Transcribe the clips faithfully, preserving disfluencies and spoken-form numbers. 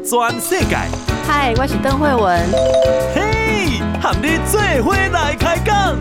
全世界。 嗨，我是邓惠文。 嘿，和你做伙来开讲。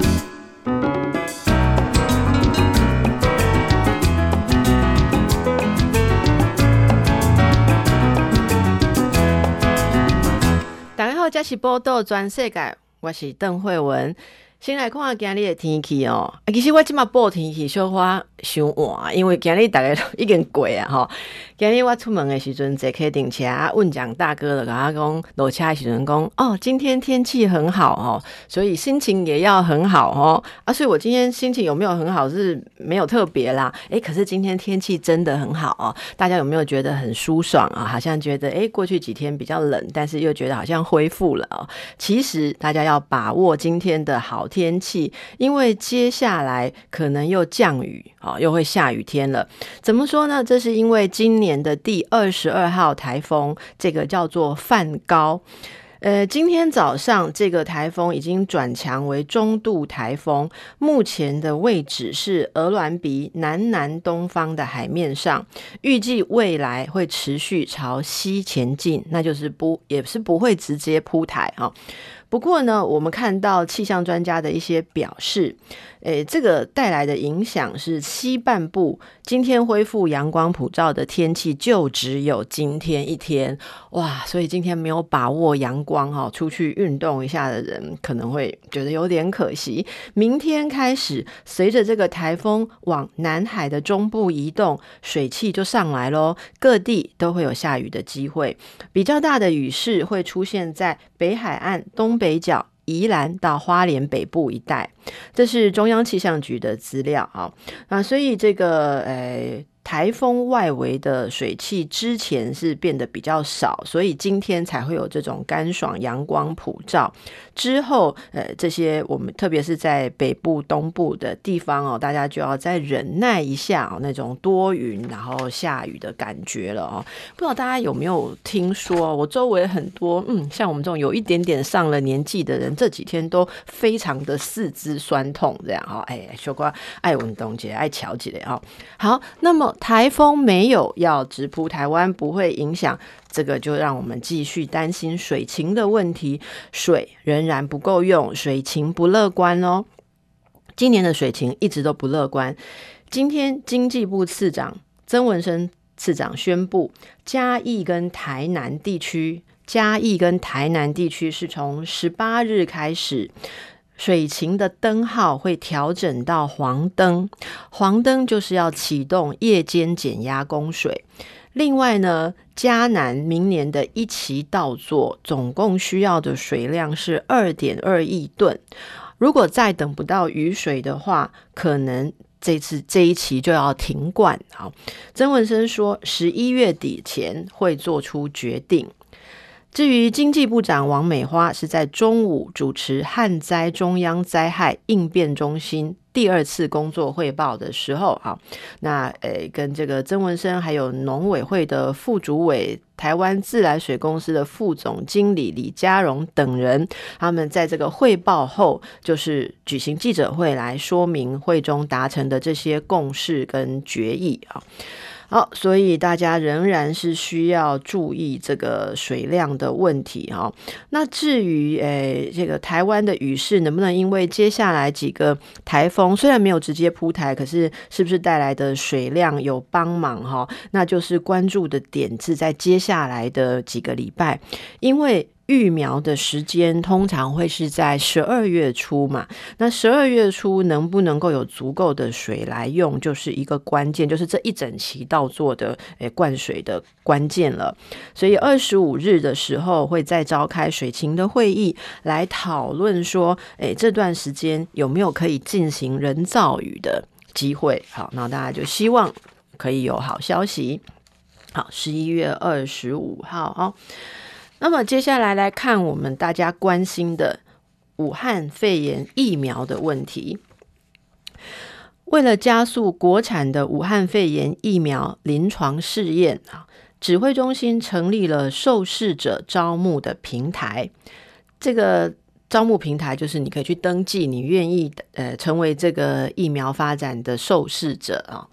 大家好，这是报道全世界，我是邓惠文。先来看今日的天气哦。啊，其实我即马报天气小可伤晚，因为今日大家都已经过啊吼。今日我出门的时阵坐客定车，啊，问讲大哥就跟我讲，落车的时阵讲，哦，今天天气很好哦，所以心情也要很好哦。啊，所以我今天心情有没有很好是没有特别啦。诶，可是今天天气真的很好哦，大家有没有觉得很舒爽啊？好像觉得诶，过去几天比较冷，但是又觉得好像恢复了哦。其实大家要把握今天的好天气，因为接下来可能又降雨，又会下雨天了。怎么说呢？这是因为今年的第二十二号台风，这个叫做梵高。呃，今天早上这个台风已经转强为中度台风，目前的位置是鹅銮鼻南南东方的海面上，预计未来会持续朝西前进，那就是不也是不会直接扑台啊。不过呢，我们看到气象专家的一些表示，诶，这个带来的影响是西半部今天恢复阳光普照的天气就只有今天一天，哇！所以今天没有把握阳光哈，出去运动一下的人可能会觉得有点可惜。明天开始，随着这个台风往南海的中部移动，水汽就上来咯，各地都会有下雨的机会。比较大的雨势会出现在北海岸东北角、宜兰到花莲北部一带，这是中央气象局的资料啊。那所以这个呃。台风外围的水汽之前是变得比较少，所以今天才会有这种干爽阳光普照。之后呃，这些我们特别是在北部东部的地方哦，大家就要再忍耐一下哦，那种多云然后下雨的感觉了哦。不知道大家有没有听说，我周围很多嗯，像我们这种有一点点上了年纪的人，这几天都非常的四肢酸痛这样哦。哎，小瓜爱运动节爱瞧起来哦。好，那么台风没有要直扑台湾，不会影响，这个就让我们继续担心水情的问题。水仍然不够用，水情不乐观哦。今年的水情一直都不乐观。今天经济部次长曾文生次长宣布，嘉义跟台南地区，嘉义跟台南地区是从十八日开始，水情的灯号会调整到黄灯，黄灯就是要启动夜间减压供水。另外呢，嘉南明年的一期稻作总共需要的水量是 二点二亿吨，如果再等不到雨水的话，可能这次这一期就要停灌。好，曾文生说十一月底前会做出决定。至于经济部长王美花是在中午主持旱灾中央灾害应变中心第二次工作汇报的时候啊，那呃跟这个曾文生还有农委会的副主委、台湾自来水公司的副总经理李嘉荣等人，他们在这个汇报后就是举行记者会来说明会中达成的这些共识跟决议啊。好，所以大家仍然是需要注意这个水量的问题哈。那至于诶，这个台湾的雨势能不能因为接下来几个台风虽然没有直接扑台，可是是不是带来的水量有帮忙哈？那就是关注的点是在接下来的几个礼拜，因为育苗的时间通常会是在十二月初嘛，那十二月初能不能够有足够的水来用，就是一个关键，就是这一整期稻作的诶灌水的关键了。所以二十五日的时候会再召开水情的会议，来讨论说，诶这段时间有没有可以进行人造雨的机会。好，那大家就希望可以有好消息。好，十一月二十五号哦。那么接下来来看我们大家关心的武汉肺炎疫苗的问题。为了加速国产的武汉肺炎疫苗临床试验，指挥中心成立了受试者招募的平台。这个招募平台就是你可以去登记，你愿意呃成为这个疫苗发展的受试者啊。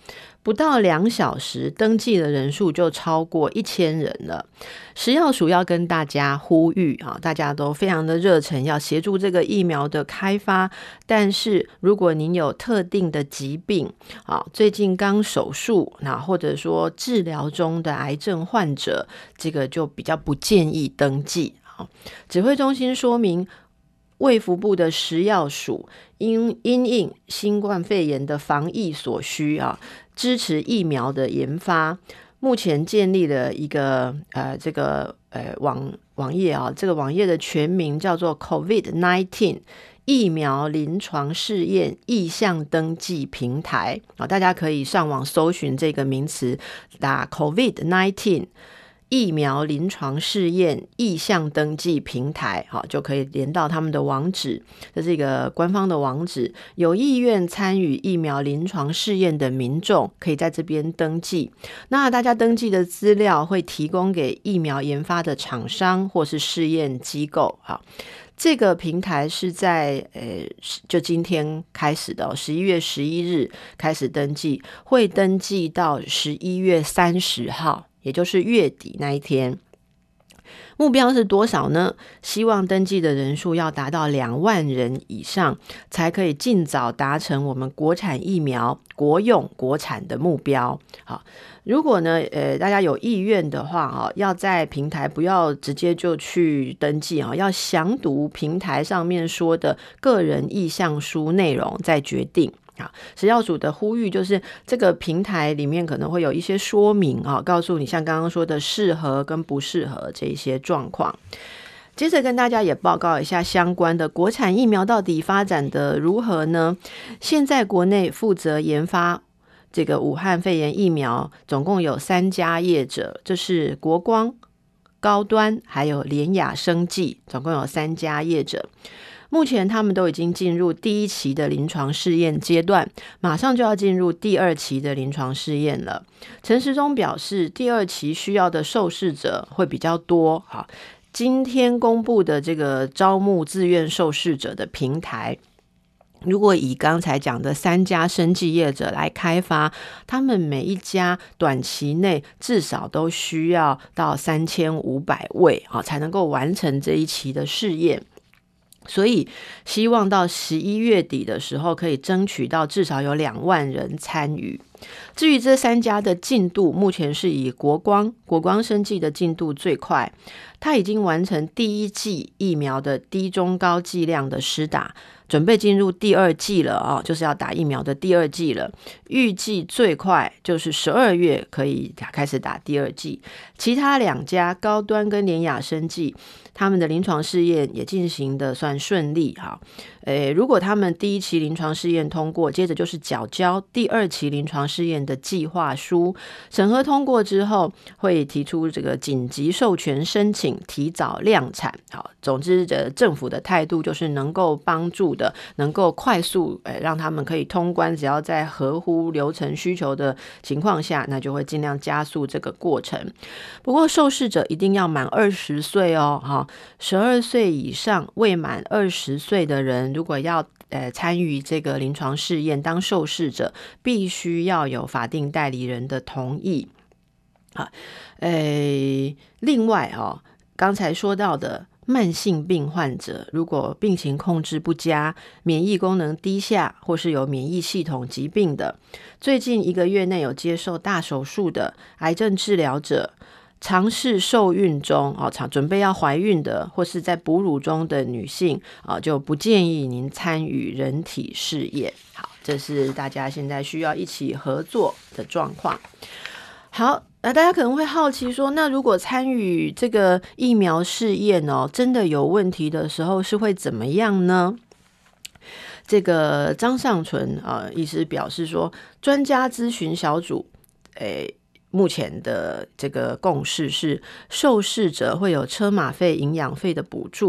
不到两小时，登记的人数就超过一千人了。食药署要跟大家呼吁啊，大家都非常的热忱，要协助这个疫苗的开发。但是如果您有特定的疾病啊，最近刚手术，那或者说治疗中的癌症患者，这个就比较不建议登记。好，指挥中心说明，卫福部的食药署因因应新冠肺炎的防疫所需啊，支持疫苗的研发。目前建立了一个呃这个呃网网页啊，这个网页的全名叫做 COVID 十九 疫苗临床试验意向登记平台啊，大家可以上网搜寻这个名词，打 COVID 十九疫苗临床试验意向登记平台，好，就可以连到他们的网址。这是一个官方的网址，有意愿参与疫苗临床试验的民众可以在这边登记。那大家登记的资料会提供给疫苗研发的厂商或是试验机构。好，这个平台是在呃就今天开始的，十一月十一日开始登记，会登记到十一月三十号。也就是月底那一天。目标是多少呢？希望登记的人数要达到两万人以上，才可以尽早达成我们国产疫苗国用国产的目标。好，如果呢，呃，大家有意愿的话，哈，要在平台不要直接就去登记啊，要详读平台上面说的个人意向书内容再决定。好，食药署的呼吁就是这个平台里面可能会有一些说明啊，告诉你像刚刚说的适合跟不适合这一些状况。接着跟大家也报告一下相关的国产疫苗到底发展的如何呢？现在国内负责研发这个武汉肺炎疫苗总共有三家业者，这是国光、高端还有联亚生技，总共有三家业者。目前他们都已经进入第一期的临床试验阶段，马上就要进入第二期的临床试验了。陈时中表示，第二期需要的受试者会比较多。好，今天公布的这个招募自愿受试者的平台，如果以刚才讲的三家生技业者来开发，他们每一家短期内至少都需要到三千五百位才能够完成这一期的试验。所以希望到十一月底的时候可以争取到至少有两万人参与。至于这三家的进度，目前是以国光国光生技的进度最快，它已经完成第一剂疫苗的低中高剂量的施打，准备进入第二剂了哦，就是要打疫苗的第二剂了。预计最快就是十二月可以开始打第二剂。其他两家高端跟联亚生技，他们的临床试验也进行的算顺利哈。诶，如果他们第一期临床试验通过，接着就是缴交第二期临床试验的计划书，审核通过之后，会提出这个紧急授权申请，提早量产。好，总之，这政府的态度就是能够帮助的，能够快速诶让他们可以通关，只要在合乎流程需求的情况下，那就会尽量加速这个过程。不过，受试者一定要满二十岁哦，哈，十二岁以上未满二十岁的人。如果要呃参与这个临床试验当受试者，必须要有法定代理人的同意啊。呃，另外哦，刚才说到的慢性病患者，如果病情控制不佳、免疫功能低下，或是有免疫系统疾病的，最近一个月内有接受大手术的癌症治疗者，尝试受孕中哦，准备要怀孕的，或是在哺乳中的女性啊，就不建议您参与人体试验。好，这是大家现在需要一起合作的状况。好，那大家可能会好奇说，那如果参与这个疫苗试验哦，真的有问题的时候，是会怎么样呢？这个张尚存啊、呃、医师表示说，专家咨询小组，诶。目前的这个共识是，受试者会有车马费、营养费的补助，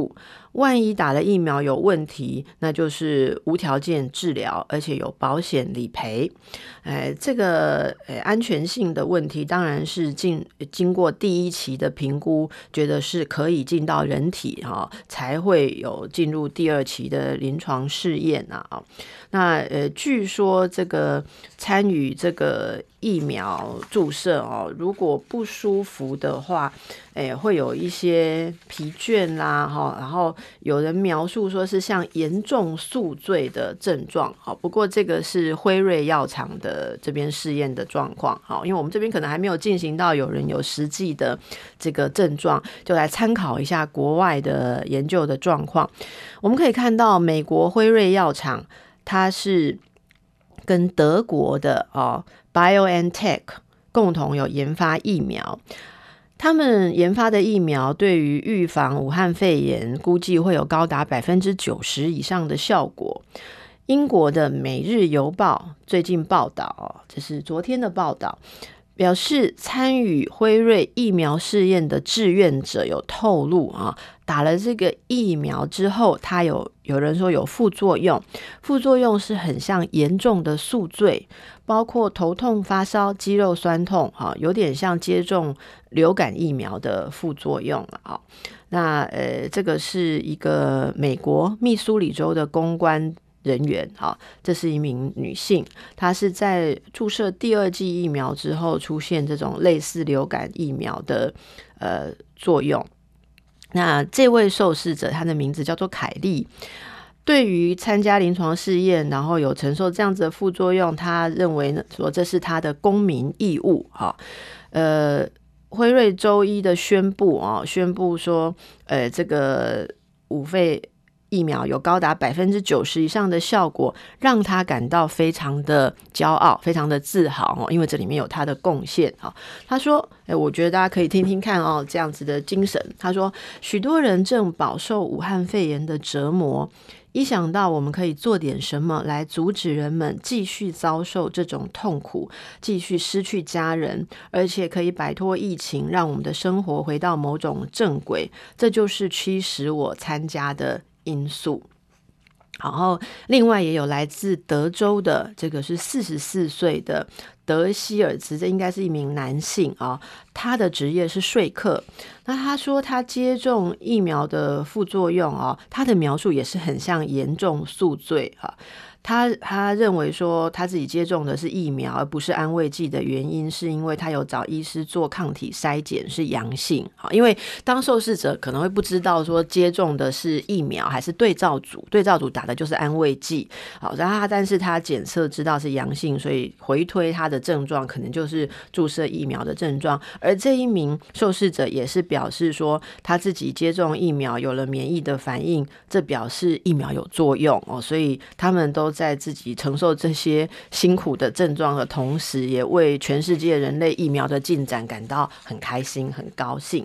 万一打了疫苗有问题，那就是无条件治疗，而且有保险理赔。哎，这个哎安全性的问题，当然是经经过第一期的评估，觉得是可以进到人体哈、哦，才会有进入第二期的临床试验啊。那呃，据说这个参与这个疫苗注射哦，如果不舒服的话，哎，会有一些疲倦啦，哈，然后有人描述说是像严重宿醉的症状，好，不过这个是辉瑞药厂的这边试验的状况，好，因为我们这边可能还没有进行到有人有实际的这个症状，就来参考一下国外的研究的状况。我们可以看到，美国辉瑞药厂它是跟德国的哦 BioNTech 共同有研发疫苗。他们研发的疫苗对于预防武汉肺炎估计会有高达百分之九十以上的效果。英国的《每日邮报》最近报道，这是昨天的报道，表示参与辉瑞疫苗试验的志愿者有透露啊，打了这个疫苗之后，他有有人说有副作用，副作用是很像严重的宿醉，包括头痛、发烧、肌肉酸痛，哈，有点像接种流感疫苗的副作用啊。那呃，这个是一个美国密苏里州的公关人员，好，这是一名女性，她是在注射第二剂疫苗之后出现这种类似流感疫苗的呃作用。那这位受试者，她的名字叫做凯莉。对于参加临床试验，然后有承受这样子的副作用，她认为呢，说这是她的公民义务。哈，呃，辉瑞周一的宣布啊，宣布说，呃，这个武肺疫苗有高达百分之九十以上的效果，让他感到非常的骄傲，非常的自豪，因为这里面有他的贡献。他说：“哎，我觉得大家可以听听看哦，这样子的精神。”他说：“许多人正饱受武汉肺炎的折磨，一想到我们可以做点什么来阻止人们继续遭受这种痛苦，继续失去家人，而且可以摆脱疫情，让我们的生活回到某种正轨，这就是驱使我参加的因素。”然后另外也有来自德州的，这个是四十四岁的德希尔兹，这应该是一名男性啊，他的职业是说客。那他说他接种疫苗的副作用啊，他的描述也是很像严重宿醉啊。他他认为说他自己接种的是疫苗而不是安慰剂的原因，是因为他有找医师做抗体筛检是阳性。因为当受试者可能会不知道说接种的是疫苗还是对照组，对照组打的就是安慰剂。好，然后他但是他检测知道是阳性，所以回推他的症状可能就是注射疫苗的症状。而这一名受试者也是表示说他自己接种疫苗有了免疫的反应，这表示疫苗有作用哦，所以他们都在自己承受这些辛苦的症状的同时，也为全世界人类疫苗的进展感到很开心很高兴。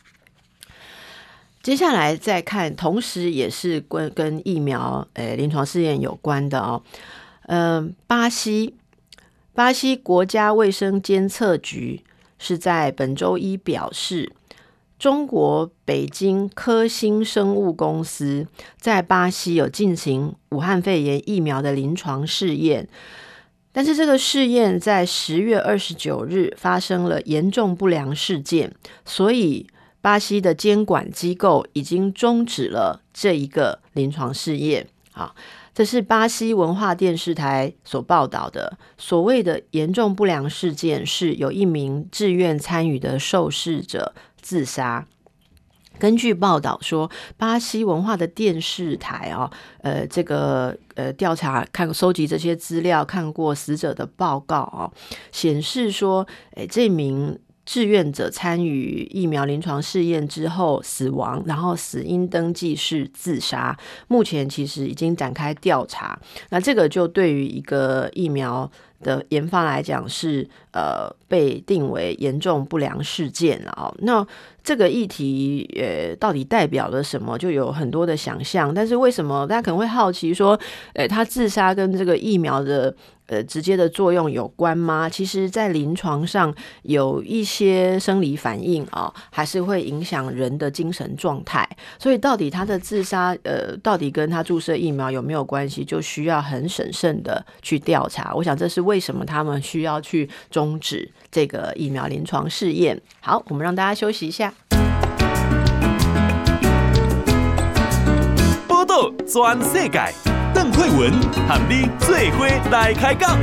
接下来再看，同时也是跟跟疫苗诶临床试验有关的哦。嗯，巴西巴西国家卫生监测局是在本周一表示，中国北京科兴生物公司在巴西有进行武汉肺炎疫苗的临床试验，但是这个试验在十月二十九日发生了严重不良事件，所以巴西的监管机构已经终止了这一个临床试验。好，这是巴西文化电视台所报道的。所谓的严重不良事件是有一名志愿参与的受试者自杀。根据报道说，巴西文化的电视台哦，呃，这个呃调查看收集这些资料，看过死者的报告哦，显示说，哎，这名志愿者参与疫苗临床试验之后死亡，然后死因登记是自杀。目前其实已经展开调查，那这个就对于一个疫苗的研发来讲是呃被定为严重不良事件了哦。那这个议题呃到底代表了什么，就有很多的想象。但是为什么大家可能会好奇说，呃，他自杀跟这个疫苗的呃直接的作用有关吗？其实在临床上有一些生理反应啊、哦，还是会影响人的精神状态，所以到底他的自杀呃到底跟他注射疫苗有没有关系，就需要很审慎的去调查。我想这是为什么他们需要去终止这个疫苗临床试验。好，我们让大家休息一下。 报道全世界，邓惠文和你做伙来开讲。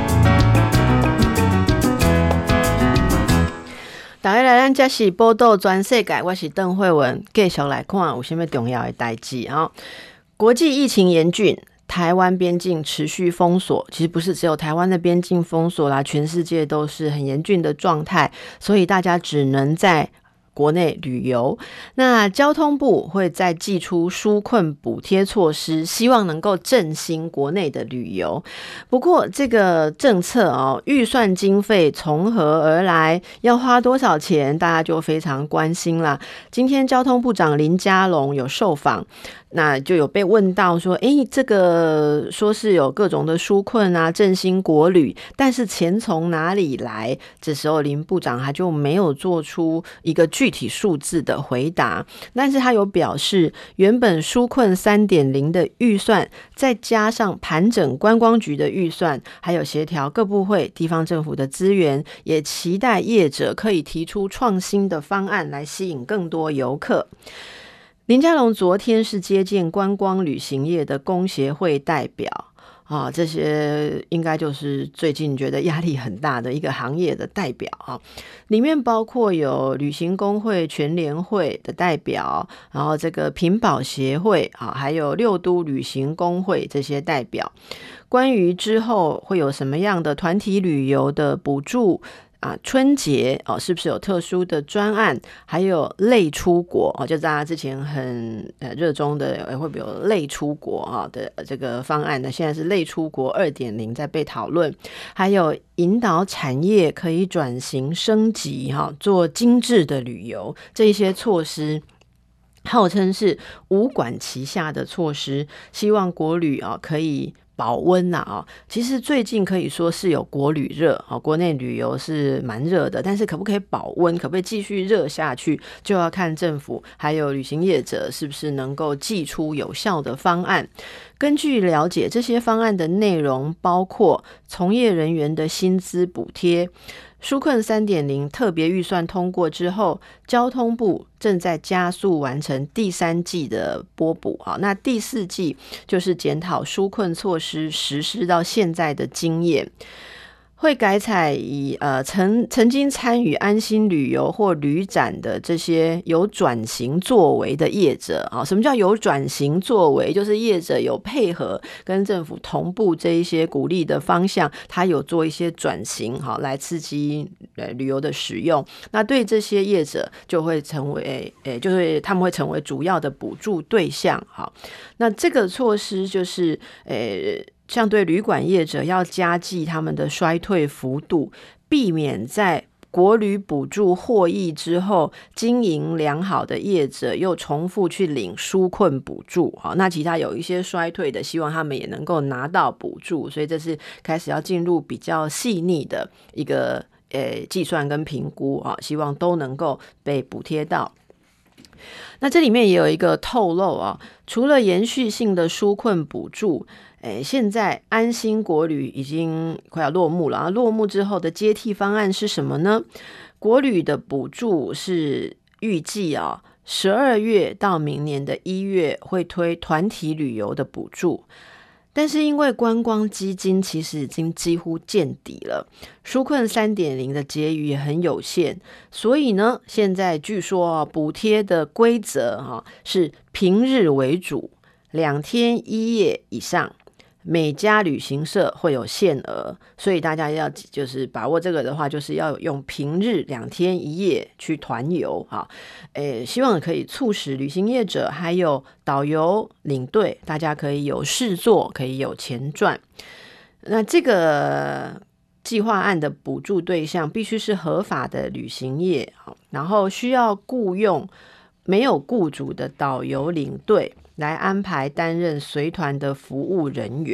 大家来，咱这是报道全世界，我是邓惠文，继续来看有什么重要的代志啊？国际疫情严峻。台湾边境持续封锁，其实不是只有台湾的边境封锁啦，全世界都是很严峻的状态，所以大家只能在国内旅游。那交通部会再祭出纾困补贴措施，希望能够振兴国内的旅游。不过这个政策哦，预算经费从何而来，要花多少钱，大家就非常关心啦。今天交通部长林佳龙有受访，那就有被问到说，诶，这个说是有各种的纾困啊，振兴国旅，但是钱从哪里来？这时候林部长他就没有做出一个具体数字的回答，但是他有表示，原本纾困 三点零 的预算，再加上盘整观光局的预算，还有协调各部会、地方政府的资源，也期待业者可以提出创新的方案来吸引更多游客。林佳龙昨天是接见观光旅行业的工协会代表啊，这些应该就是最近觉得压力很大的一个行业的代表啊，里面包括有旅行工会全联会的代表，然后这个品保协会啊，还有六都旅行工会这些代表。关于之后会有什么样的团体旅游的补助啊，春节哦，是不是有特殊的专案？还有类出国哦，就大家之前很呃热衷的，会不会有类出国啊的这个方案呢？现在是类出国 二点零 在被讨论，还有引导产业可以转型升级哈，做精致的旅游，这一些措施。号称是五管齐下的措施，希望国旅啊可以保温呐啊，其实最近可以说是有国旅热啊，国内旅游是蛮热的，但是可不可以保温，可不可以继续热下去，就要看政府还有旅行业者是不是能够祭出有效的方案。根据了解，这些方案的内容包括从业人员的薪资补贴。纾困 三点零 特别预算通过之后，交通部正在加速完成第三季的拨补啊，那第四季就是检讨纾困措施实施到现在的经验。会改采以呃曾曾经参与安心旅游或旅展的这些有转型作为的业者啊，什么叫有转型作为？就是业者有配合跟政府同步这一些鼓励的方向，他有做一些转型，好来刺激呃旅游的使用。那对这些业者就会成为诶，就是他们会成为主要的补助对象。好，那这个措施就是诶。像对旅馆业者要加计他们的衰退幅度，避免在国旅补助获益之后，经营良好的业者又重复去领纾困补助。好，那其他有一些衰退的，希望他们也能够拿到补助，所以这是开始要进入比较细腻的一个呃计算跟评估啊，希望都能够被补贴到。那这里面也有一个透露啊，除了延续性的纾困补助，诶，现在安心国旅已经快要落幕了，落幕之后的接替方案是什么呢？国旅的补助是预计啊，十二月到明年的一月会推团体旅游的补助。但是因为观光基金其实已经几乎见底了，纾困 三点零 的结余也很有限，所以呢，现在据说补贴的规则哈是平日为主，两天一夜以上，每家旅行社会有限额，所以大家要就是把握这个的话，就是要用平日两天一夜去团游哈，诶，希望可以促使旅行业者还有导游领队，大家可以有事做，可以有钱赚。那这个计划案的补助对象必须是合法的旅行业，然后需要雇用没有雇主的导游领队来安排担任随团的服务人员。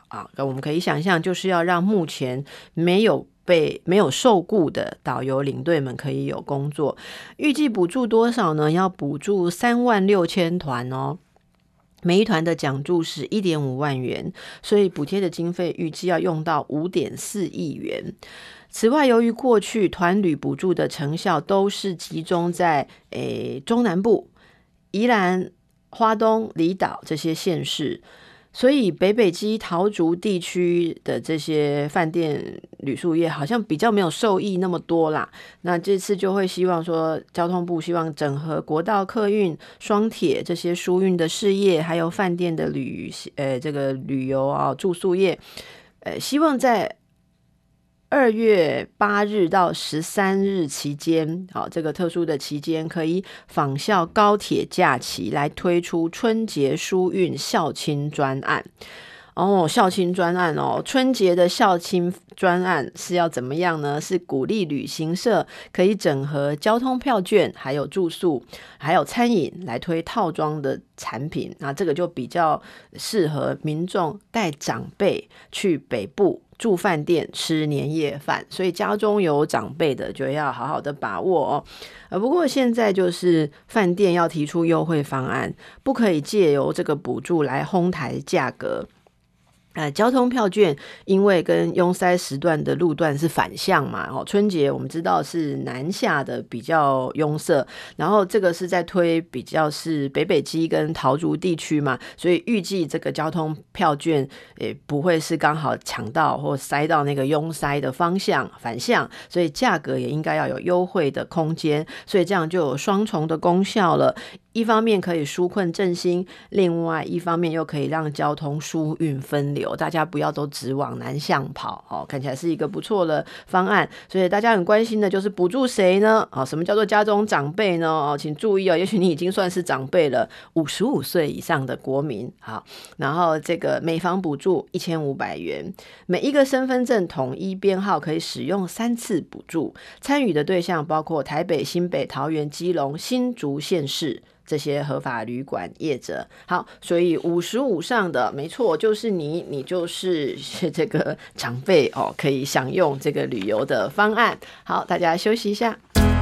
啊。我们可以想象，就是要让目前没有被没有受雇的导游领队们可以有工作。预计补助多少呢？要补助三万六千团哦。每一团的奖助是 一点五万元，所以补贴的经费预计要用到 五点四亿元。此外，由于过去团旅补助的成效都是集中在诶中南部、宜兰、花东、离岛这些县市，所以北北基桃竹地区的这些饭店旅宿业好像比较没有受益那么多啦。那这次就会希望说，交通部希望整合国道客运、双铁这些疏运的事业，还有饭店的旅呃这个旅游啊住宿业，呃希望在二月八日到十三日期间，好，这个特殊的期间，可以仿效高铁假期来推出春节疏运孝亲专案。哦，孝亲专案哦，春节的孝亲专案是要怎么样呢？是鼓励旅行社可以整合交通票券，还有住宿，还有餐饮来推套装的产品。那这个就比较适合民众带长辈去北部住饭店吃年夜饭，所以家中有长辈的就要好好的把握哦。呃，不过现在就是饭店要提出优惠方案，不可以借由这个补助来哄抬价格。呃，交通票券因为跟拥塞时段的路段是反向嘛，哦，春节我们知道是南下的比较拥塞，然后这个是在推比较是北北基跟桃竹地区嘛，所以预计这个交通票券也不会是刚好抢到或塞到那个拥塞的方向反向，所以价格也应该要有优惠的空间，所以这样就有双重的功效了。一方面可以纾困振兴，另外一方面又可以让交通疏运分流，大家不要都只往南向跑，哦，看起来是一个不错的方案。所以大家很关心的就是补助谁呢？哦，什么叫做家中长辈呢？哦，请注意哦，也许你已经算是长辈了，五十五岁以上的国民。好，然后这个每房补助一千五百元，每一个身份证统一编号可以使用三次补助，参与的对象包括台北、新北、桃园、基隆、新竹县市这些合法旅馆业者。好，所以五十五上的没错，就是你，你就是这个长辈哦，可以享用这个旅游的方案。好，大家休息一下。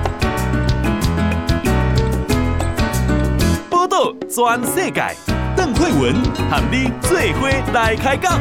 报道全世界，邓惠文和你做伙来开讲。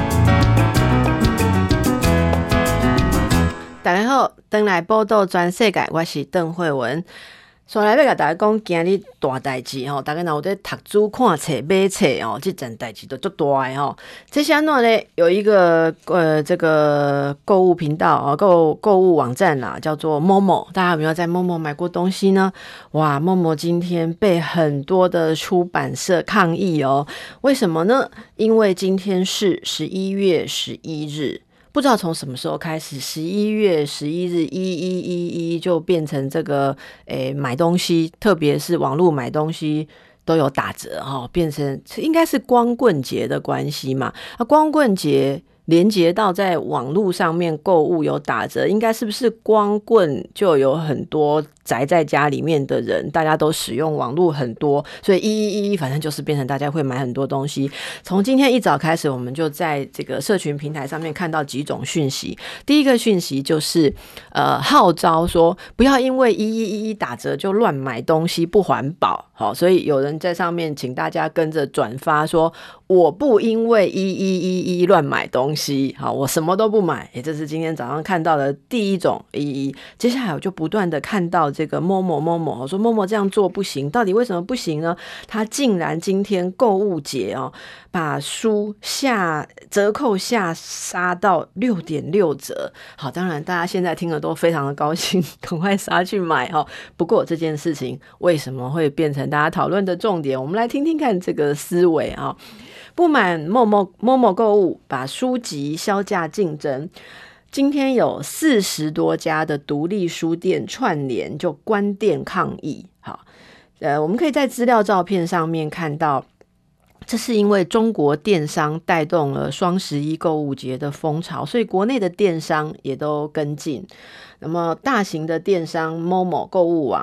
大家好，回来报道全世界，我是邓惠文。所以要甲大家讲今日大代志吼，大家若有在读书、看册、买册哦，这件代志都足大的吼。这是安怎呢？有一个呃，这个购物频道啊，购购物网站啦，叫做 Momo。大家有没有在 Momo 买过东西呢？哇 ，Momo 今天被很多的出版社抗议哦。为什么呢？因为今天是十一月十一日。不知道从什么时候开始，十一月十一日一一一一就变成这个诶买东西，特别是网络买东西都有打折哈，变成应该是光棍节的关系嘛。啊，光棍节连接到在网络上面购物有打折，应该是不是光棍就有很多宅在家里面的人，大家都使用网络很多，所以一一一反正就是变成大家会买很多东西。从今天一早开始，我们就在这个社群平台上面看到几种讯息。第一个讯息就是呃号召说不要因为一一一打折就乱买东西，不环保。好，所以有人在上面请大家跟着转发说我不因为一一一一乱买东西，好，我什么都不买。也这是今天早上看到的第一种一一。接下来我就不断的看到这个某某某某，我说某某这样做不行，到底为什么不行呢？他竟然今天购物节哦，把书下折扣下杀到六点六折。好，当然大家现在听了都非常的高兴，赶快杀去买哦。不过这件事情为什么会变成大家讨论的重点？我们来听听看这个思维啊。不满某某某某购物把书籍销价竞争。今天有四十多家的独立书店串联就关店抗议。好，呃，我们可以在资料照片上面看到，这是因为中国电商带动了双十一购物节的风潮，所以国内的电商也都跟进。那么大型的电商 Momo 购物网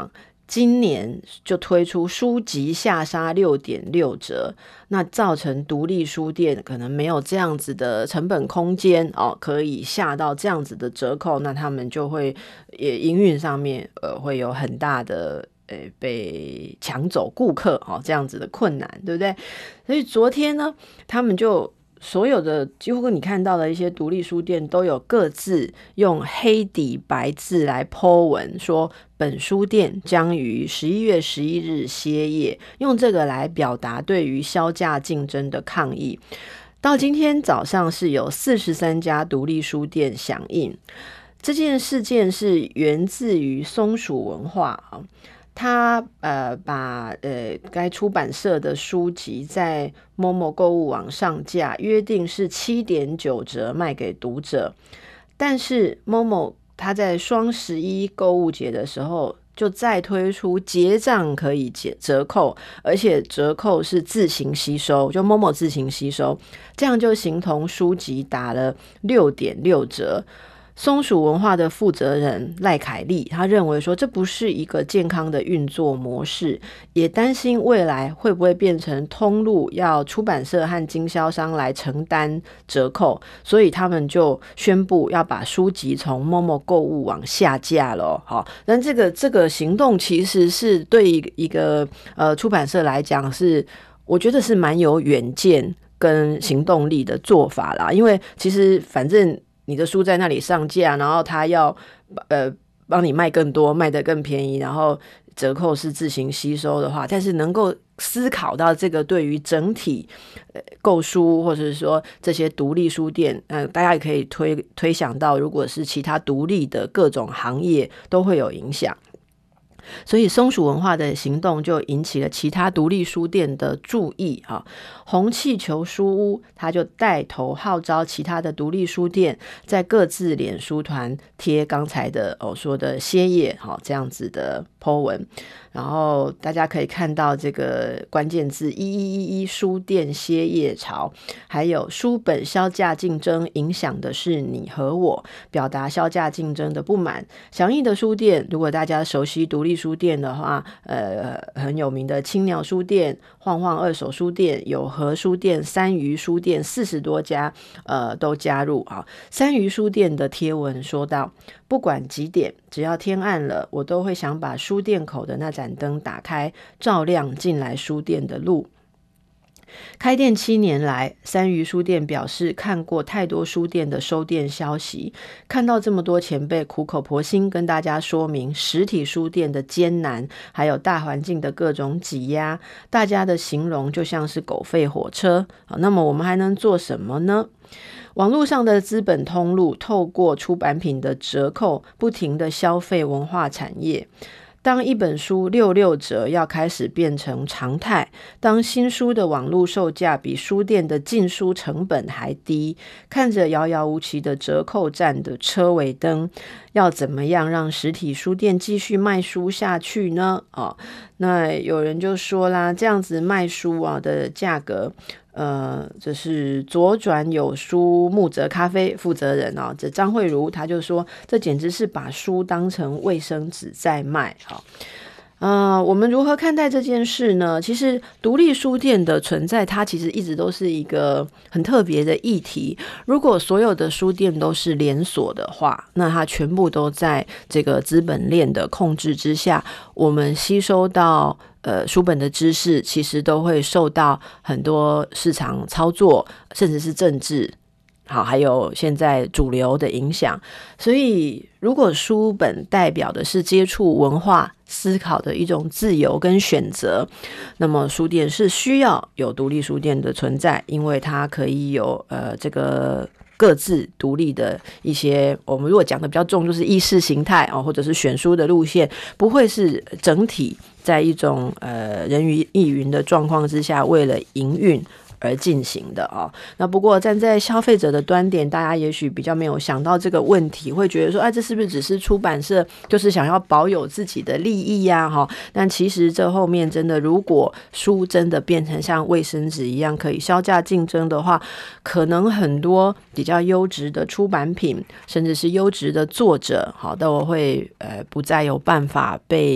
今年就推出书籍下杀 六点六 折，那造成独立书店可能没有这样子的成本空间哦，可以下到这样子的折扣，那他们就会也营运上面呃会有很大的呃被抢走顾客哦这样子的困难，对不对？所以昨天呢，他们就所有的几乎你看到的一些独立书店都有各自用黑底白字来 po 文说本书店将于十一月十一日歇业，用这个来表达对于销价竞争的抗议。到今天早上是有四十三家独立书店响应。这件事件是源自于松鼠文化啊，他呃把呃该出版社的书籍在 Momo 购物网上架，约定是 七点九 折卖给读者，但是 Momo 他在双十一购物节的时候就再推出结账可以折扣，而且折扣是自行吸收，就 Momo 自行吸收，这样就形同书籍打了 六点六 折。松鼠文化的负责人赖凯利他认为说这不是一个健康的运作模式，也担心未来会不会变成通路要出版社和经销商来承担折扣，所以他们就宣布要把书籍从 Momo 购物网下架了。好，但这个这个行动其实是对一个呃出版社来讲是我觉得是蛮有远见跟行动力的做法啦，因为其实反正你的书在那里上架，然后他要呃帮你卖更多，卖得更便宜，然后折扣是自行吸收的话，但是能够思考到这个对于整体呃购书或者是说这些独立书店，呃大家也可以推推想到，如果是其他独立的各种行业都会有影响。所以松鼠文化的行动就引起了其他独立书店的注意啊。红气球书屋他就带头号召其他的独立书店在各自脸书团贴刚才的我、哦、说的歇业、哦、这样子的 po 文，然后大家可以看到这个关键字一一一一书店歇业潮，还有书本销价竞争影响的是你和我，表达销价竞争的不满。响应的书店，如果大家熟悉独立书店的话，呃，很有名的青鸟书店、晃晃二手书店、有和书店、三余书店，四十多家呃都加入啊。三余书店的贴文说到，不管几点，只要天暗了，我都会想把书店口的那盏灯打开，照亮进来书店的路。开店七年来，三余书店表示看过太多书店的收店消息，看到这么多前辈苦口婆心跟大家说明实体书店的艰难，还有大环境的各种挤压，大家的形容就像是狗吠火车。那么我们还能做什么呢？网络上的资本通路透过出版品的折扣不停的消费文化产业，当一本书六六折要开始变成常态，当新书的网络售价比书店的进书成本还低，看着遥遥无期的折扣站的车尾灯，要怎么样让实体书店继续卖书下去呢？哦，那有人就说啦，这样子卖书啊的价格呃，这是左转有书木泽咖啡负责人哦，这张慧茹他就说，这简直是把书当成卫生纸在卖。好，呃，我们如何看待这件事呢？其实独立书店的存在，它其实一直都是一个很特别的议题。如果所有的书店都是连锁的话，那它全部都在这个资本链的控制之下，我们吸收到呃，书本的知识其实都会受到很多市场操作，甚至是政治，好，还有现在主流的影响。所以如果书本代表的是接触文化思考的一种自由跟选择，那么书店是需要有独立书店的存在，因为它可以有呃这个各自独立的一些，我们如果讲的比较重就是意识形态、哦、或者是选书的路线，不会是整体在一种呃人云亦云的状况之下为了营运而进行的啊、哦。那不过站在消费者的端点，大家也许比较没有想到这个问题，会觉得说，哎，这是不是只是出版社就是想要保有自己的利益呀、啊？哈，但其实这后面真的，如果书真的变成像卫生纸一样可以销价竞争的话，可能很多比较优质的出版品，甚至是优质的作者，好，都会呃不再有办法被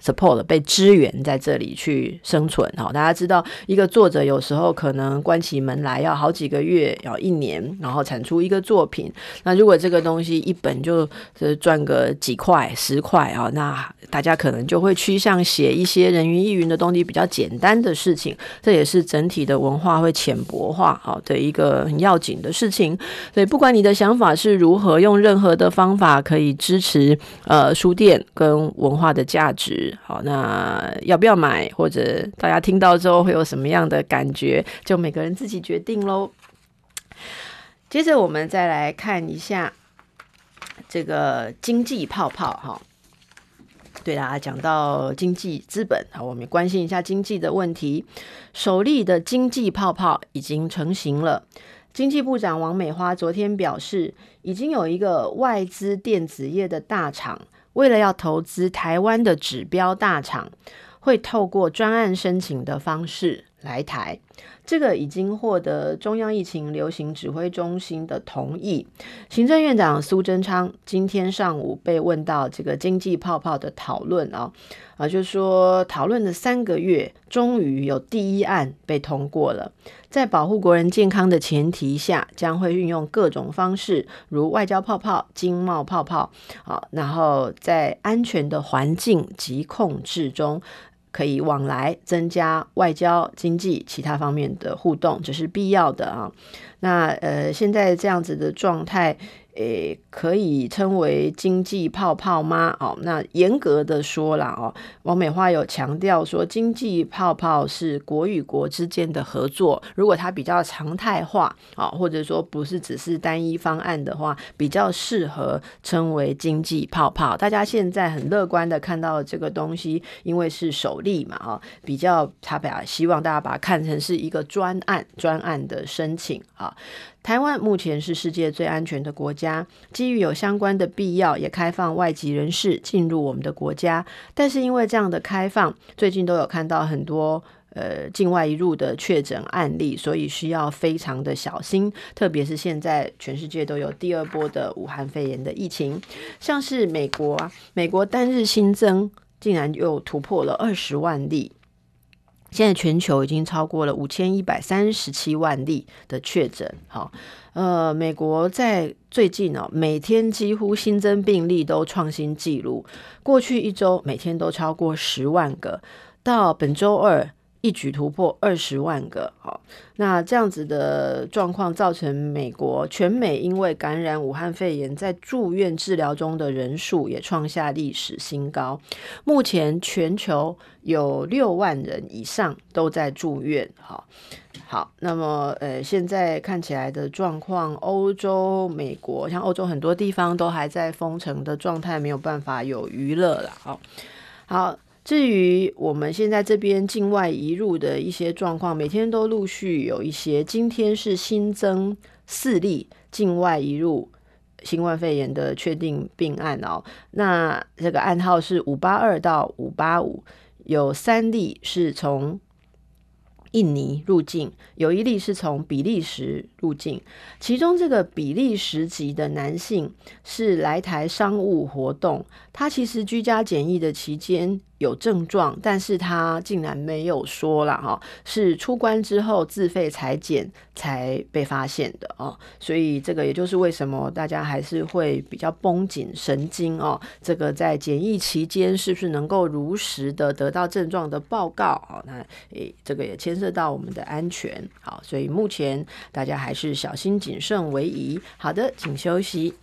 support 被支援在这里去生存。好，大家知道一个作者有时候可能关起门来要好几个月，要一年，然后产出一个作品。那如果这个东西一本就赚个几块十块啊，那大家可能就会趋向写一些人云亦云的东西，比较简单的事情。这也是整体的文化会浅薄化好的一个很要紧的事情。所以不管你的想法是如何，用任何的方法可以支持呃书店跟文化的价值。好，那要不要买，或者大家听到之后会有什么样的感觉，就每个人自己决定咯。接着我们再来看一下这个经济泡泡哈。对啦，讲到经济资本，好，我们关心一下经济的问题。首例的经济泡泡已经成型了。经济部长王美花昨天表示，已经有一个外资电子业的大厂，为了要投资台湾的指标大厂，会透过专案申请的方式来台。这个已经获得中央疫情流行指挥中心的同意。行政院长苏贞昌今天上午被问到这个经济泡泡的讨论啊，啊，就是说讨论了三个月，终于有第一案被通过了。在保护国人健康的前提下，将会运用各种方式，如外交泡泡、经贸泡泡，啊，然后在安全的环境及控制中，可以往来，增加外交、经济其他方面的互动，这是必要的啊。那呃，现在这样子的状态，诶，可以称为经济泡泡吗？哦，那严格的说啦，哦，王美花有强调说，经济泡泡是国与国之间的合作，如果它比较常态化，哦，或者说不是只是单一方案的话，比较适合称为经济泡泡。大家现在很乐观的看到这个东西，因为是首例嘛，哦，比较他希望大家把它看成是一个专案，专案的申请啊。台湾目前是世界最安全的国家，基于有相关的必要，也开放外籍人士进入我们的国家。但是因为这样的开放，最近都有看到很多呃境外移入的确诊案例，所以需要非常的小心。特别是现在全世界都有第二波的武汉肺炎的疫情，像是美国啊，美国单日新增竟然又突破了二十万例。现在全球已经超过了五千一百三十七万例的确诊。好，呃，美国在最近哦，每天几乎新增病例都创新纪录，过去一周每天都超过十万个，到本周二一举突破二十万个。好，那这样子的状况造成美国全美因为感染武汉肺炎在住院治疗中的人数也创下历史新高。目前全球有六万人以上都在住院。好，好，那么呃，现在看起来的状况，欧洲、美国，像欧洲很多地方都还在封城的状态，没有办法有娱乐了。好，好。至于我们现在这边境外移入的一些状况，每天都陆续有一些，今天是新增四例境外移入新冠肺炎的确定病案哦。那这个案号是五八二到五八五，有三例是从印尼入境，有一例是从比利时入境，其中这个比利时籍的男性是来台商务活动，他其实居家检疫的期间有症状，但是他竟然没有说啦，哦，是出关之后自费采检才被发现的哦，所以这个也就是为什么大家还是会比较绷紧神经哦，这个在检疫期间是不是能够如实的得到症状的报告哦，那诶这个也牵涉到我们的安全，好，所以目前大家还是小心谨慎为宜。好的，请休息。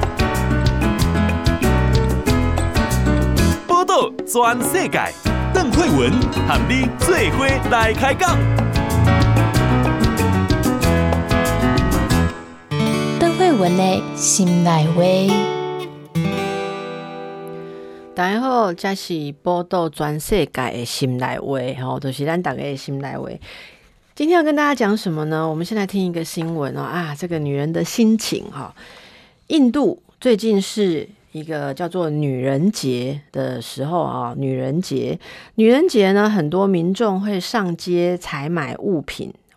报道全世界，邓慧文和你做伙来开讲。 邓慧文的心内话。 大家好，这是报道全世界的心内话，吼，就是咱大家的心内话。今天要跟大家讲什么呢？我们先来听一个新闻哦，啊，这个女人的心情哈。印度最近是一个叫做女人节的时候啊，女人节，女人节呢，很多民众会上街采买物品。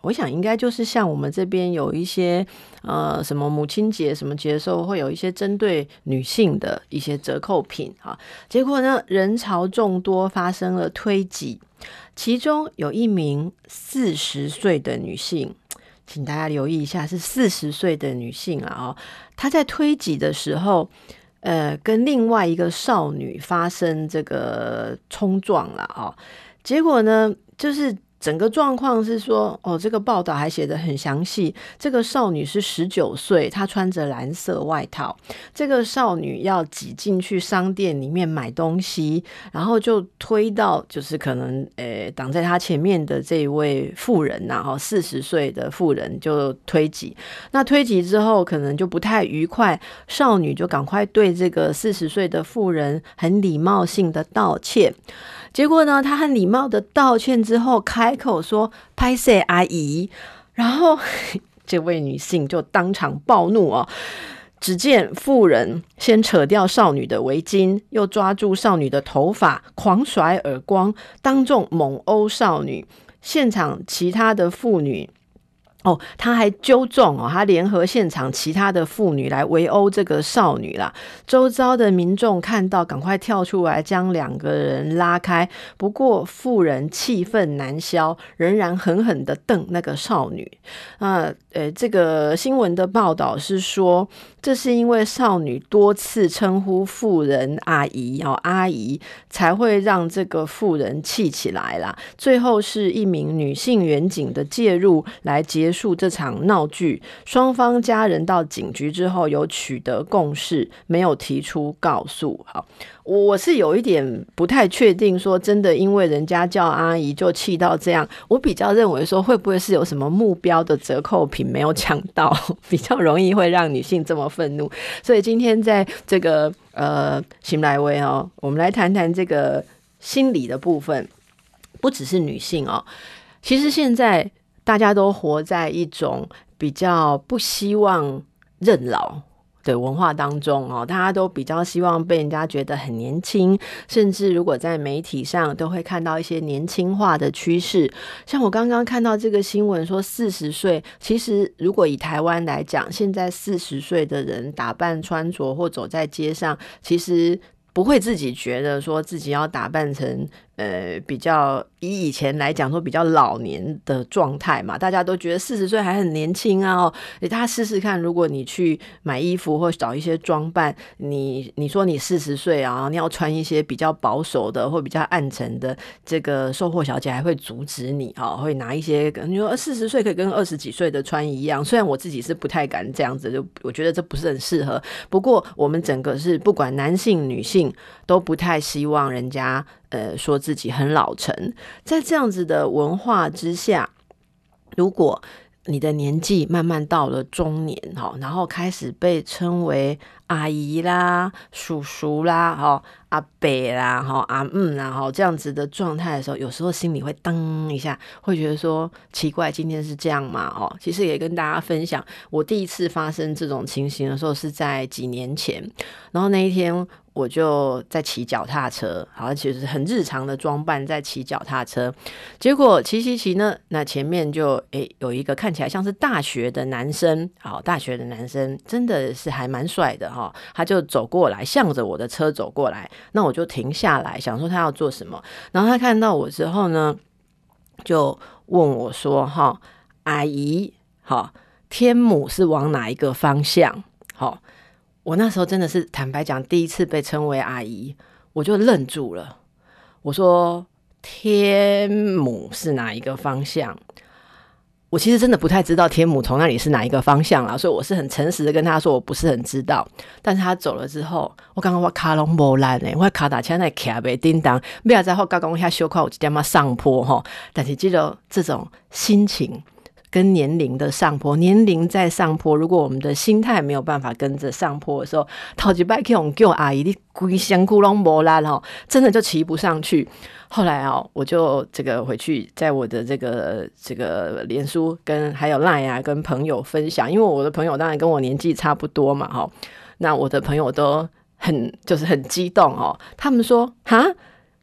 我想应该就是像我们这边有一些呃什么母亲节什么节的时候，会有一些针对女性的一些折扣品啊。结果呢，人潮众多，发生了推挤，其中有一名四十岁的女性。请大家留意一下，是四十岁的女性啊、哦，她在推挤的时候，呃，跟另外一个少女发生这个冲撞了啊、哦。结果呢，就是整个状况是说，哦，这个报道还写得很详细。这个少女是十九岁，她穿着蓝色外套。这个少女要挤进去商店里面买东西，然后就推到就是可能呃挡在她前面的这一位妇人呐、啊，四十岁的妇人就推挤。那推挤之后，可能就不太愉快，少女就赶快对这个四十岁的妇人很礼貌性的道歉。结果呢，他很礼貌的道歉之后，开口说"拍摄阿姨"，然后这位女性就当场暴怒哦。只见妇人先扯掉少女的围巾，又抓住少女的头发，狂甩耳光，当众猛殴少女。现场其他的妇女。哦，他还纠众哦，他联合现场其他的妇女来围殴这个少女啦。周遭的民众看到，赶快跳出来将两个人拉开。不过妇人气愤难消，仍然狠狠的瞪那个少女。那呃，这个新闻的报道是说，这是因为少女多次称呼妇人阿姨哦，阿姨才会让这个妇人气起来啦。最后是一名女性员警的介入来结束这场闹剧，双方家人到警局之后有取得共识，没有提出告诉。好，我是有一点不太确定，说真的，因为人家叫阿姨就气到这样，我比较认为说会不会是有什么目标的折扣品没有抢到，比较容易会让女性这么愤怒。所以今天在这个呃心内话哦，我们来谈谈这个心理的部分，不只是女性哦，其实现在大家都活在一种比较不希望认老的文化当中哦，大家都比较希望被人家觉得很年轻，甚至如果在媒体上都会看到一些年轻化的趋势。像我刚刚看到这个新闻说四十岁，其实如果以台湾来讲，现在四十岁的人打扮穿着或走在街上，其实不会自己觉得说自己要打扮成呃比较以以前来讲说比较老年的状态嘛，大家都觉得四十岁还很年轻啊哦，大家试试看，如果你去买衣服或找一些装扮，你你说你四十岁啊，你要穿一些比较保守的或比较暗沉的，这个售货小姐还会阻止你啊、哦，会拿一些你说四十岁可以跟二十几岁的穿一样，虽然我自己是不太敢这样子，就我觉得这不是很适合。不过我们整个是不管男性女性都不太希望人家呃说自己很老成。在这样子的文化之下，如果你的年纪慢慢到了中年，然后开始被称为阿姨啦、叔叔啦、阿伯啦、阿姆啦这样子的状态的时候，有时候心里会当一下，会觉得说奇怪，今天是这样吗？其实也跟大家分享，我第一次发生这种情形的时候是在几年前，然后那一天我就在骑脚踏车，好像其实很日常的装扮在骑脚踏车，结果骑骑骑呢，那前面就诶有一个看起来像是大学的男生，好，大学的男生真的是还蛮帅的哈，他就走过来，向着我的车走过来，那我就停下来，想说他要做什么，然后他看到我之后呢，就问我说：“哈，阿姨，哈，天母是往哪一个方向？”好。我那时候真的是坦白讲，第一次被称为阿姨，我就愣住了。我说天母是哪一个方向？我其实真的不太知道天母从那里是哪一个方向啦，所以我是很诚实的跟他说我不是很知道。但是他走了之后，我刚刚我卡拢无力呢，我卡打枪在卡袂叮当，不要再后刚刚我遐小块有一点嘛上坡吼，但是这种这种心情。跟年龄的上坡，年龄在上坡，如果我们的心态没有办法跟着上坡的时候，头一摆去用叫阿姨，你规身躯拢无力吼，真的就骑不上去。后来啊，我就这个回去在我的这个这个脸书跟还有 LINE 啊，跟朋友分享，因为我的朋友当然跟我年纪差不多嘛，哈，那我的朋友都很就是很激动哦，他们说哈。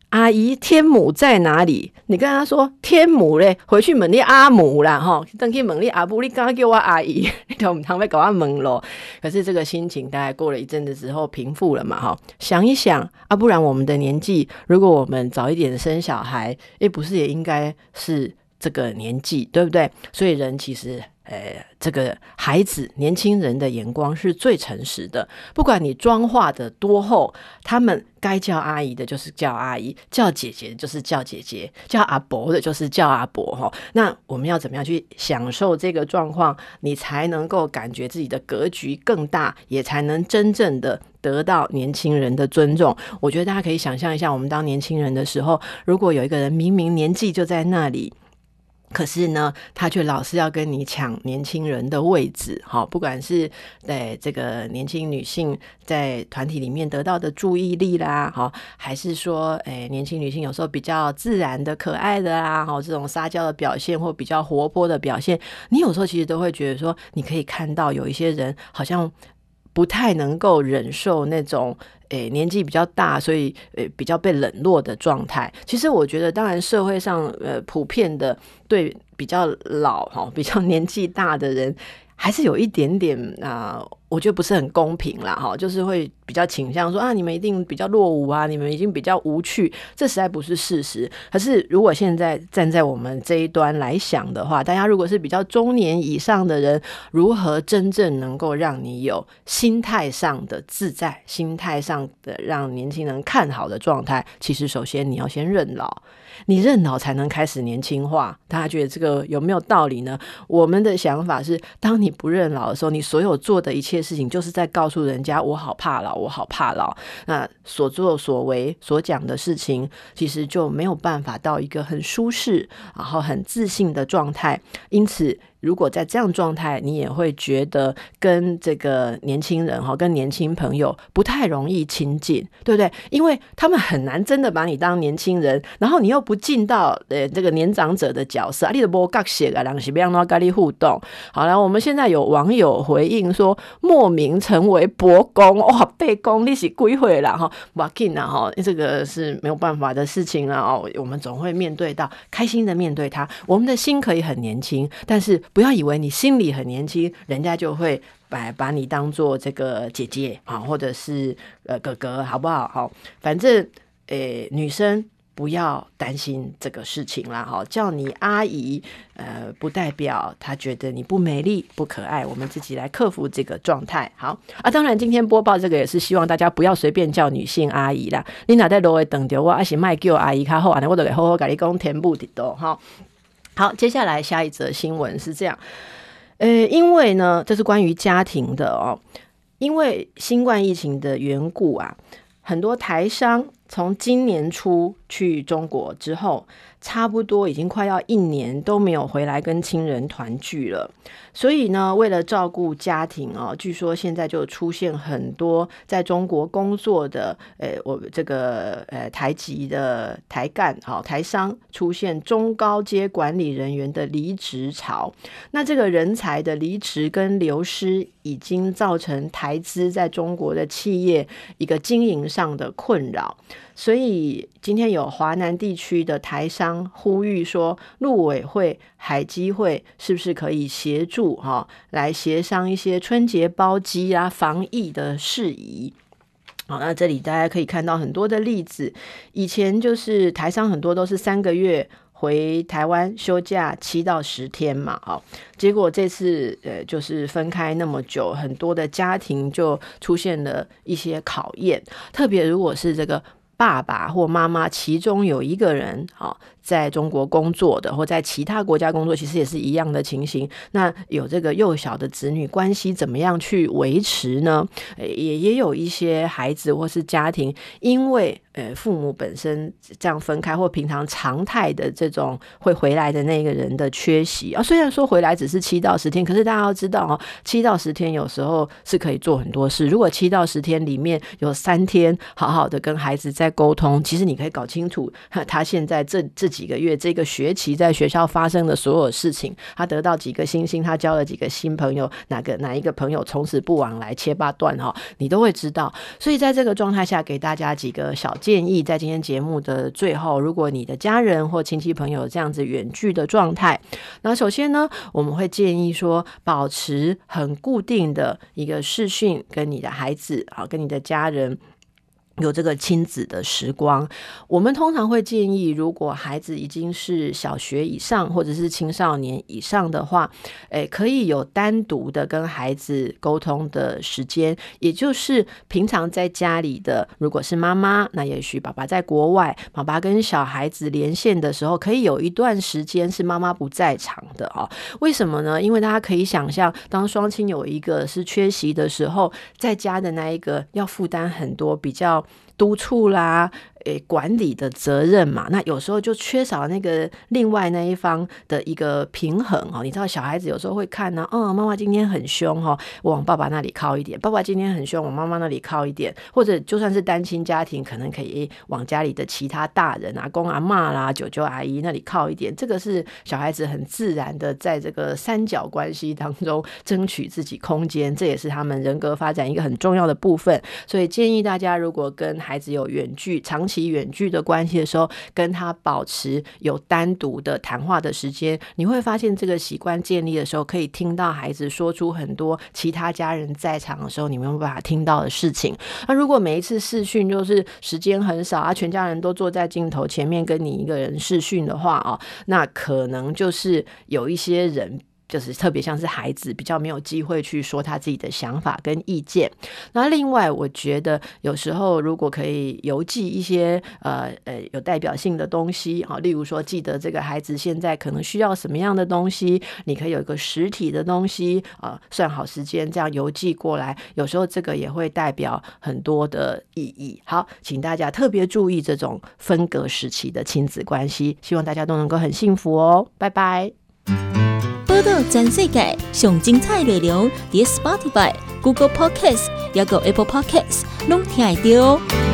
阿姨天母在哪里？你跟他说天母嘞，回去问你阿母啦吼，等去问你阿母，你刚刚叫我阿姨，你就唔通要搞我问咯。可是这个心情大概过了一阵子之后平复了嘛哈。想一想啊，不然我们的年纪，如果我们早一点生小孩，也不是也应该是这个年纪，对不对？所以人其实。呃，这个孩子年轻人的眼光是最诚实的，不管你妆化的多厚，他们该叫阿姨的就是叫阿姨，叫姐姐的就是叫姐姐，叫阿伯的就是叫阿伯齁。那我们要怎么样去享受这个状况，你才能够感觉自己的格局更大，也才能真正的得到年轻人的尊重。我觉得大家可以想象一下，我们当年轻人的时候，如果有一个人明明年纪就在那里，可是呢，他却老是要跟你抢年轻人的位置，好，不管是在这个年轻女性在团体里面得到的注意力啦，好，还是说，诶，年轻女性有时候比较自然的、可爱的啦，好，这种撒娇的表现或比较活泼的表现，你有时候其实都会觉得说，你可以看到有一些人好像不太能够忍受那种。诶，年纪比较大，所以呃比较被冷落的状态。其实我觉得，当然社会上呃普遍的对比较老哈、比较年纪大的人，还是有一点点啊、呃，我觉得不是很公平啦哈，就是会比较倾向说啊，你们一定比较落伍啊，你们已经比较无趣，这实在不是事实。可是如果现在站在我们这一端来想的话，大家如果是比较中年以上的人，如何真正能够让你有心态上的自在，心态上的让年轻人看好的状态，其实首先你要先认老，你认老才能开始年轻化。大家觉得这个有没有道理呢？我们的想法是，当你不认老的时候，你所有做的一切事情就是在告诉人家我好怕老，我好怕老。那所作所为所讲的事情，其实就没有办法到一个很舒适然后很自信的状态。因此如果在这样状态，你也会觉得跟这个年轻人跟年轻朋友不太容易亲近，对不对？因为他们很难真的把你当年轻人，然后你又不尽到呃这个年长者的角色，啊，你都没角色啊，人是要怎么跟你互动？好了，我们现在有网友回应说，莫名成为伯公，哇，伯公你是几岁啦？哈，不要紧啦，哈，这个是没有办法的事情啦。哦，我们总会面对到，开心的面对它。我们的心可以很年轻，但是不要以为你心里很年轻，人家就会把把你当做这个姐姐啊，或者是呃哥哥，好不好？好，反正诶，女生不要担心这个事情啦，哈，叫你阿姨，呃，不代表她觉得你不美丽、不可爱，我们自己来克服这个状态。好啊，当然今天播报这个也是希望大家不要随便叫女性阿姨啦。你哪在路会等着我，还是卖叫阿姨较好，我就给好好跟你讲填补的多哈。好，接下来下一则新闻是这样，呃，因为呢，这是关于家庭的哦，因为新冠疫情的缘故啊，很多台商从今年初去中国之后，差不多已经快要一年都没有回来跟亲人团聚了。所以呢，为了照顾家庭哦，据说现在就出现很多在中国工作的，呃，我这个呃台籍的台干好台商出现中高阶管理人员的离职潮。那这个人才的离职跟流失，已经造成台资在中国的企业一个经营上的困扰。所以今天有华南地区的台商呼吁说，陆委会、海基会是不是可以协助哈、哦，来协商一些春节包机啊、防疫的事宜。好，那这里大家可以看到很多的例子，以前就是台商很多都是三个月回台湾休假七到十天嘛，好，结果这次呃就是分开那么久，很多的家庭就出现了一些考验，特别如果是这个爸爸或妈妈其中有一个人好在中国工作的，或在其他国家工作，其实也是一样的情形。那有这个幼小的子女关系怎么样去维持呢？也也有一些孩子或是家庭，因为呃父母本身这样分开，或平常常态的这种会回来的那个人的缺席啊。虽然说回来只是七到十天，可是大家要知道哦，七到十天有时候是可以做很多事。如果七到十天里面有三天好好的跟孩子在在沟通，其实你可以搞清楚他现在这这几个月这个学期在学校发生的所有事情，他得到几个星星，他交了几个新朋友，哪个哪一个朋友从此不往来，切八段哈，你都会知道。所以在这个状态下，给大家几个小建议，在今天节目的最后，如果你的家人或亲戚朋友这样子远距的状态，那首先呢，我们会建议说，保持很固定的一个视讯，跟你的孩子好，跟你的家人有这个亲子的时光。我们通常会建议，如果孩子已经是小学以上或者是青少年以上的话，诶，可以有单独的跟孩子沟通的时间，也就是平常在家里的，如果是妈妈，那也许爸爸在国外，爸爸跟小孩子连线的时候，可以有一段时间是妈妈不在场的哦。为什么呢？因为大家可以想象，当双亲有一个是缺席的时候，在家的那一个要负担很多比较督促啦，诶，管理的责任嘛，那有时候就缺少那个另外那一方的一个平衡哦。你知道小孩子有时候会看呢、啊，哦，妈妈今天很凶哦，我往爸爸那里靠一点；爸爸今天很凶，往妈妈那里靠一点。或者就算是单亲家庭，可能可以往家里的其他大人阿公阿嬷啦、舅舅阿姨那里靠一点。这个是小孩子很自然的在这个三角关系当中争取自己空间，这也是他们人格发展一个很重要的部分。所以建议大家，如果跟孩子有远距长期远距的关系的时候，跟他保持有单独的谈话的时间，你会发现这个习惯建立的时候，可以听到孩子说出很多其他家人在场的时候你没有办法听到的事情。那如果每一次视讯就是时间很少啊，全家人都坐在镜头前面跟你一个人视讯的话哦，那可能就是有一些人，就是特别像是孩子比较没有机会去说他自己的想法跟意见。那另外我觉得有时候如果可以邮寄一些呃呃有代表性的东西，例如说记得这个孩子现在可能需要什么样的东西，你可以有一个实体的东西、呃、算好时间这样邮寄过来，有时候这个也会代表很多的意义。好，请大家特别注意这种分隔时期的亲子关系，希望大家都能够很幸福哦。拜拜。 报道全世界上精彩内容，伫 Spotify、Google Podcast 也有 Apple Podcast 拢听得到。